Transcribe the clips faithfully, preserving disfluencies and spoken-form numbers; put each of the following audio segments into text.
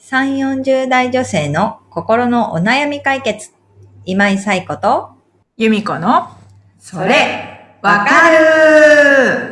さんじゅう、よんじゅう代女性の心のお悩み解決。今井彩子と由美子のそれわかる。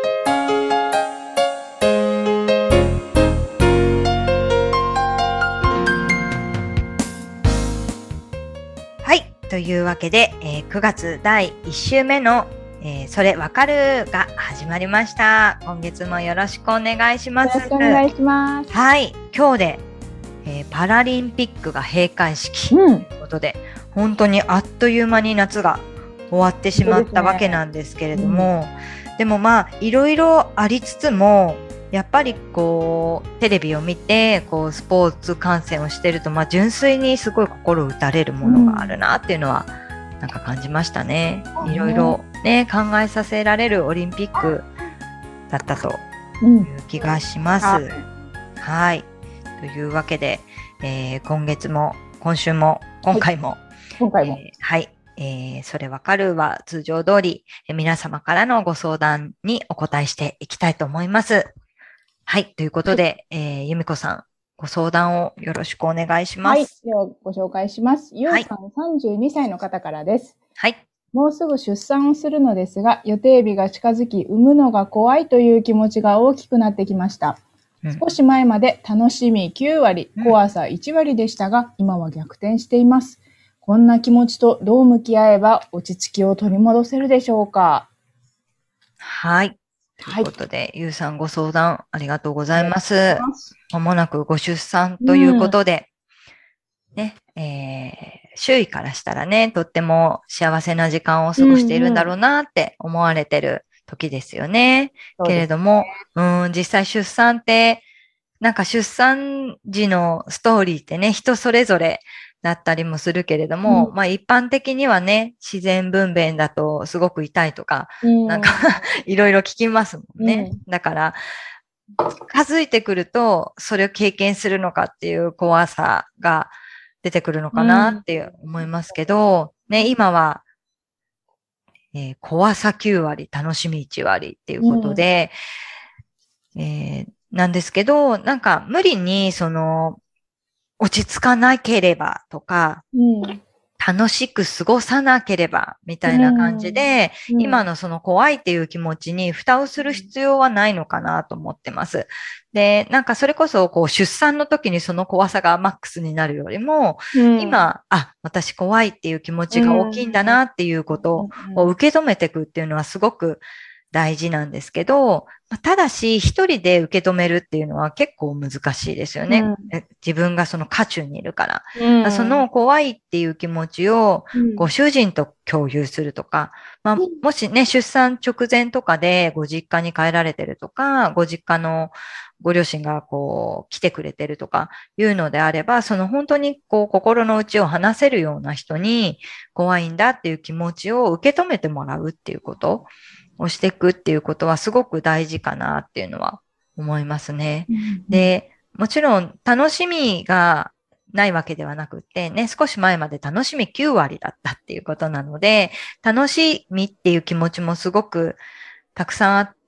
はい。というわけで、えー、くがつだいいっ週目の、えー、それわかるが始まりました。今月もよろしくお願いします。 よろしくお願いします。 はい。今日で、えー、パラリンピックが閉会式、 うん、 ということで、本当にあっという間に夏が終わってしまったわけなんですけれども、で, うん、でもまあいろいろありつつもやっぱりこうテレビを見てこうスポーツ観戦をしてると、まあ、純粋にすごい心打たれるものがあるなっていうのはなんか感じましたね。いろいろね考えさせられるオリンピックだったという気がします。うん、はいというわけで、えー、今月も今週も今回も、はい、 今回も、 えー、はいえー、それわかるは通常通り、えー、皆様からのご相談にお答えしていきたいと思います。はい。ということで、はい、えー、由美子さん、ご相談をよろしくお願いします。 はい。ではご紹介します。ゆうさん、さんじゅうにさいの方からです。はい。もうすぐ出産をするのですが、予定日が近づき、産むのが怖いという気持ちが大きくなってきました。うん、少し前まで楽しみきゅうわり、怖さいちわりでしたが、今は逆転しています。こんな気持ちとどう向き合えば落ち着きを取り戻せるでしょうか。 はい。ということで、はい、ゆうさんご相談ありがとうございます。まもなくご出産ということで、うん、ね、えー、周囲からしたらね、とっても幸せな時間を過ごしているんだろうなって思われてる時ですよね。うんうん、けれども、うん、実際出産って、なんか出産時のストーリーってね、人それぞれだったりもするけれども、うん、まあ一般的にはね、自然分娩だとすごく痛いとか、うん、なんかいろいろ聞きますもんね。うん、だから、近づいてくると、それを経験するのかっていう怖さが出てくるのかなって思いますけど、うん、ね、今は、えー、怖さきゅうわり、楽しみいちわりっていうことで、うんえーなんですけど、なんか無理にその落ち着かなければとか、うん、楽しく過ごさなければみたいな感じで、うん、今のその怖いっていう気持ちに蓋をする必要はないのかなと思ってます。で、なんかそれこそこう出産の時にその怖さがマックスになるよりも、うん、今、あ、私怖いっていう気持ちが大きいんだなっていうことを受け止めていくっていうのはすごく大事なんですけど、ただし一人で受け止めるっていうのは結構難しいですよね。うん、自分がその渦中にいるから。うん、その怖いっていう気持ちをご主人と共有するとか、まあ、もしね、出産直前とかでご実家に帰られてるとか、ご実家のご両親がこう来てくれてるとかいうのであれば、その本当にこう心の内を話せるような人に怖いんだっていう気持ちを受け止めてもらうっていうことをしていくっていうことはすごく大事かなっていうのは思いますね。うんうん、で、もちろん楽しみがないわけではなくってね、少し前まで楽しみきゅうわりだったっていうことなので、楽しみっていう気持ちもすごくたくさんあって、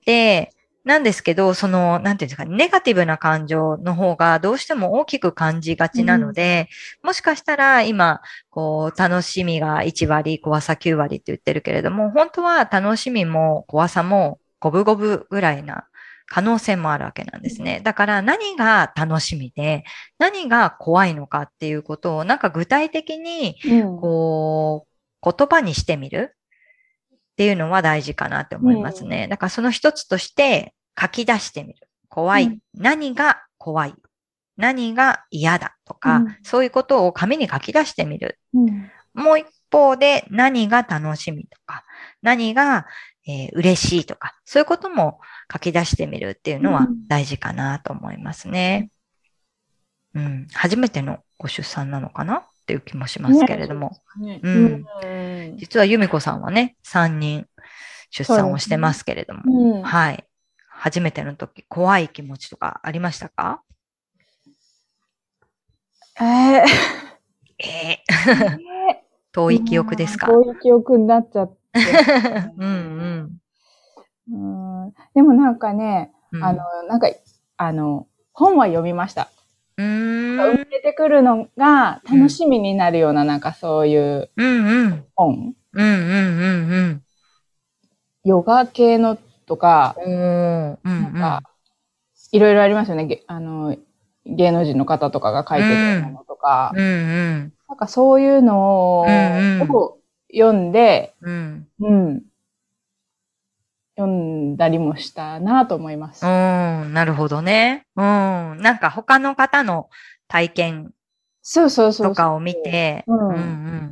なんですけど、その、なんていうんですか、ネガティブな感情の方がどうしても大きく感じがちなので、うん、もしかしたら今、こう、楽しみがいちわり、怖さきゅうわりって言ってるけれども、本当は楽しみも怖さも五分五分ぐらいな可能性もあるわけなんですね。だから何が楽しみで、何が怖いのかっていうことを、なんか具体的に、こう、言葉にしてみる。っていうのは大事かなって思いますね。うん、だからその一つとして書き出してみる。怖い。うん、何が怖い。何が嫌だとか、うん、そういうことを紙に書き出してみる。うん、もう一方で何が楽しみとか、何が、えー、嬉しいとか、そういうことも書き出してみるっていうのは大事かなと思いますね。うん。初めてのご出産なのかなっていう気もしますけれども。ねうん、うん、実は由美子さんはね、さんにん出産をしてますけれども、ねうん、はい。初めての時、怖い気持ちとかありましたか？ えー、 えー、遠い記憶ですか？ 遠い記憶になっちゃって。 うん、 うん、でもなんかね、うん、あの、なんか、あの、本は読みました。 うーん生まれてくるのが楽しみになるような、なんかそういう本。 うんうんうんうん。 ヨガ系のとか、 うんうん、 なんか、いろいろありますよね。あの、芸能人の方とかが書いてるものとか、 うんうん、 なんかそういうのを読んで、 うん、 うん、読んだりもしたなと思います。 うん、なるほどね。うん、なんか他の方の体験とかを見て、うんうん、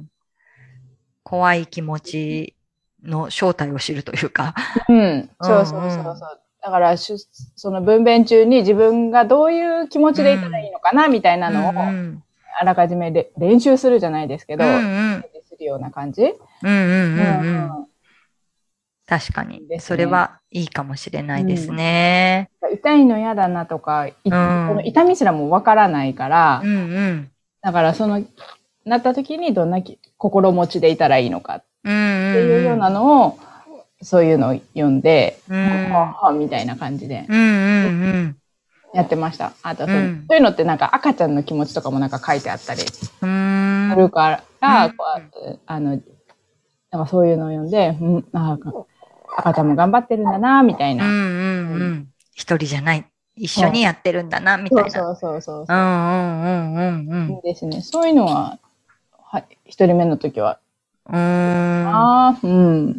怖い気持ちの正体を知るというか。 うん、そうそうそうそう。だから、その分娩中に自分がどういう気持ちでいたらいいのかな、みたいなのを、あらかじめで練習するじゃないですけど、うんうん、するような感じ。 うんうんうんうん。確かに、ね。それはいいかもしれないですね。 うん、痛いの嫌だなとか、うん、その痛みすらもわからないから、うんうん、だからその、なった時にどんな心持ちでいたらいいのかっていうようなのを、そういうのを読んで、うん、ははみたいな感じで、やってました。あとその、うん、そういうのってなんか赤ちゃんの気持ちとかもなんか書いてあったりするから、うん、こうあの、なんかそういうのを読んで、うん、なんか赤ちゃんも頑張ってるんだな、みたいな。うんうんうん。一人じゃない。一緒にやってるんだな、みたいな。 そうそうそうそう。 うんうんうんうんうん。 いいですね。そういうのは、はい、一人目の時は。 うん。あうん。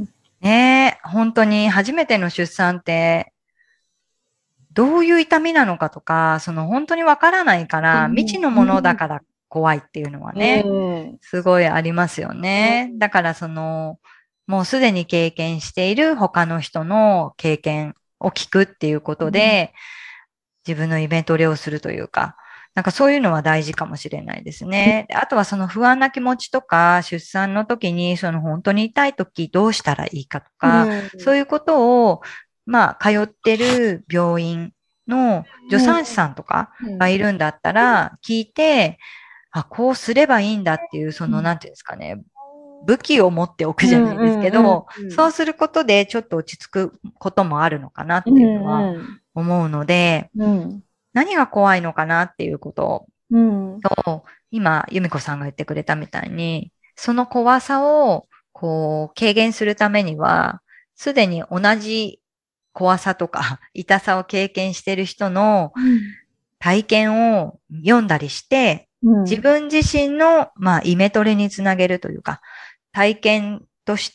ねえ、本当に初めての出産って、どういう痛みなのかとか、その本当にわからないから、未知のものだから怖いっていうのはね、うん、すごいありますよね。だからその、もうすでに経験している他の人の経験を聞くっていうことで、自分のイベントを利用するというか、なんかそういうのは大事かもしれないですね。あとはその不安な気持ちとか、出産の時にその本当に痛い時どうしたらいいかとか、うん、そういうことを、まあ、通ってる病院の助産師さんとかがいるんだったら、聞いて、あ、こうすればいいんだっていう、その、なんていうんですかね、武器を持っておくじゃないですけど、そうすることでちょっと落ち着くこともあるのかなっていうのは思うので、うんうん、何が怖いのかなっていうことと、うん、今、由美子さんが言ってくれたみたいに、その怖さをこう軽減するためには、すでに同じ怖さとか痛さを経験している人の体験を読んだりして、うん、自分自身の、まあ、イメトレにつなげるというか、体験として、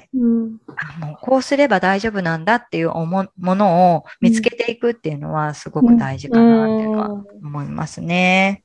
うん、あもうこうすれば大丈夫なんだっていうものを見つけていくっていうのはすごく大事かなっていうのは思いますね。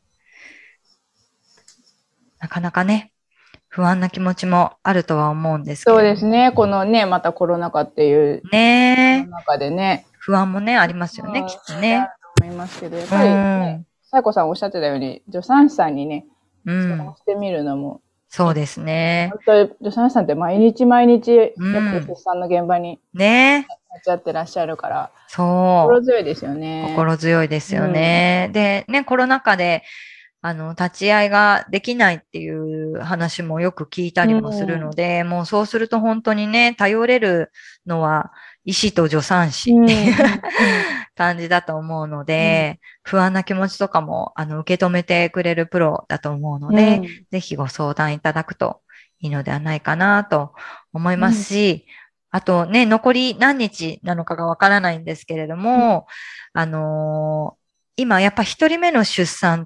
なかなかね、不安な気持ちもあるとは思うんですけど。 そうですね。このね、またコロナ禍っていうね中でね。 不安もね、ありますよね、きっとね。 あると思いますけど、やっぱりね、さやこさんおっしゃってたように、助産師さんにね、相談してみるのも、 そうですね。 本当に助産師さんって毎日毎日、やっぱり出産の現場にね、立ち会ってらっしゃるから、そう。心強いですよね。 心強いですよね。うん、で、ね、コロナ禍で、あの、立ち会いができないっていう話もよく聞いたりもするので、うん、もうそうすると本当にね、頼れるのは医師と助産師っていう、うん、感じだと思うので、うん、不安な気持ちとかも、あの、受け止めてくれるプロだと思うので、うん、ぜひご相談いただくといいのではないかなと思いますし、あとね、残り何日なのかがわからないんですけれども、あのー、今やっぱ一人目の出産って、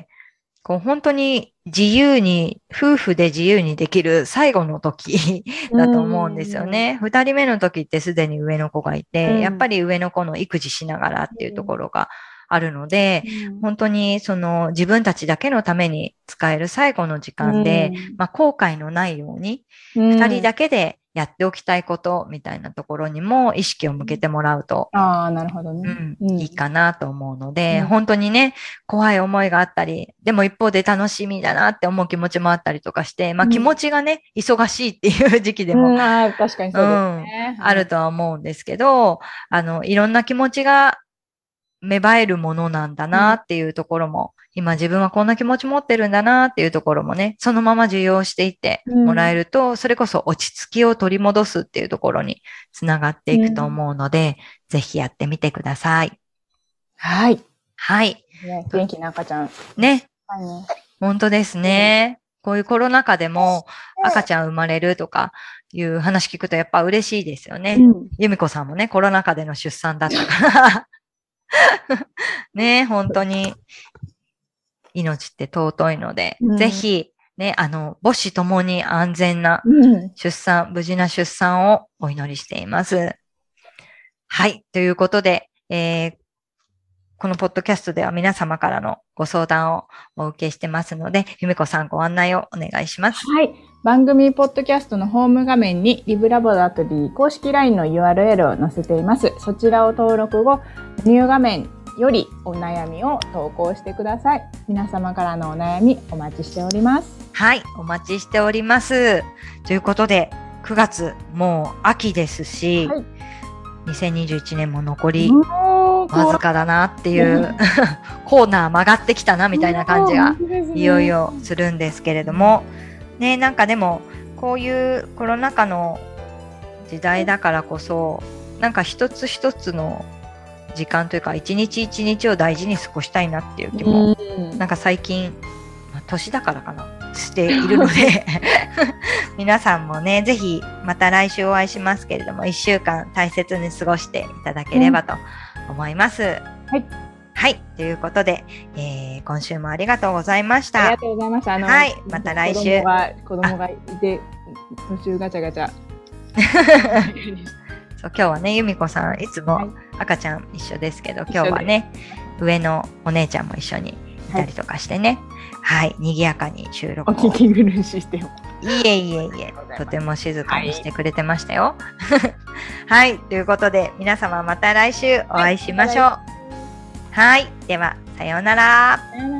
こう本当に自由に、夫婦で自由にできる最後の時だと思うんですよね。二人目の時ってすでに上の子がいて、やっぱり上の子の育児しながらっていうところがあるので、本当にその自分たちだけのために使える最後の時間で、まあ後悔のないように、二人だけでやっておきたいことみたいなところにも意識を向けてもらうと、 ああ、なるほどね、 うん、いいかなと思うので、うん、本当にね、怖い思いがあったり、でも一方で楽しみだなって思う気持ちもあったりとかして、まあ気持ちがね、うん、忙しいっていう時期でも、 うん、あ確かにそうですね、 うん、あるとは思うんですけど、あの、いろんな気持ちが芽生えるものなんだなっていうところも、うん、今自分はこんな気持ち持ってるんだなっていうところもね、そのまま受容していってもらえると、うん、それこそ落ち着きを取り戻すっていうところにつながっていくと思うので、うん、ぜひやってみてください。 はい。 はい。 ね、元気な赤ちゃん。 ね。 ね、 本当ですね。こういうコロナ禍でも赤ちゃん生まれるとかいう話聞くとやっぱ嬉しいですよね。うん、由美子さんもね、コロナ禍での出産だったから。ね、本当に命って尊いので、うん、ぜひ、ね、あの、母子ともに安全な出産、うん、無事な出産をお祈りしています。はい。ということで、えー、このポッドキャストでは皆様からのご相談をお受けしてますので、由美子さんご案内をお願いします。 はい。番組ポッドキャストのホーム画面にリブラボラトリー公式 ライン の ユーアールエル を載せています。そちらを登録後、ニュー画面よりお悩みを投稿してください。皆様からのお悩みお待ちしております。 はい、お待ちしております。ということで、くがつもう秋ですし、はい、にせんにじゅういちねんも残りわずかだなっていうコーナー曲がってきたなみたいな感じがいよいよするんですけれども、ね、なんかでもこういうコロナ禍の時代だからこそ、なんか一つ一つの時間というか一日一日を大事に過ごしたいなっていう気も、なんか最近、まあ、年だからかなしているので皆さんもね、ぜひまた来週お会いしますけれども、いっしゅうかん大切に過ごしていただければと思います。うん、はい。はい。ということで、えー、今週もありがとうございました。 ありがとうございました。あの、 はい。また来週。 子供が、子供がいて、途中ガチャガチャ。 そう、今日はね、由美子さん、いつも赤ちゃん一緒ですけど、はい、今日はね、上のお姉ちゃんも一緒にいたりとかしてね、はい、はい、賑やかに収録を。 お聞き苦しいしても。 いえいえいえ、とても静かにしてくれてましたよ。はい、はい、ということで、皆様また来週お会いしましょう。はい、はい、では、さようなら。 さようなら。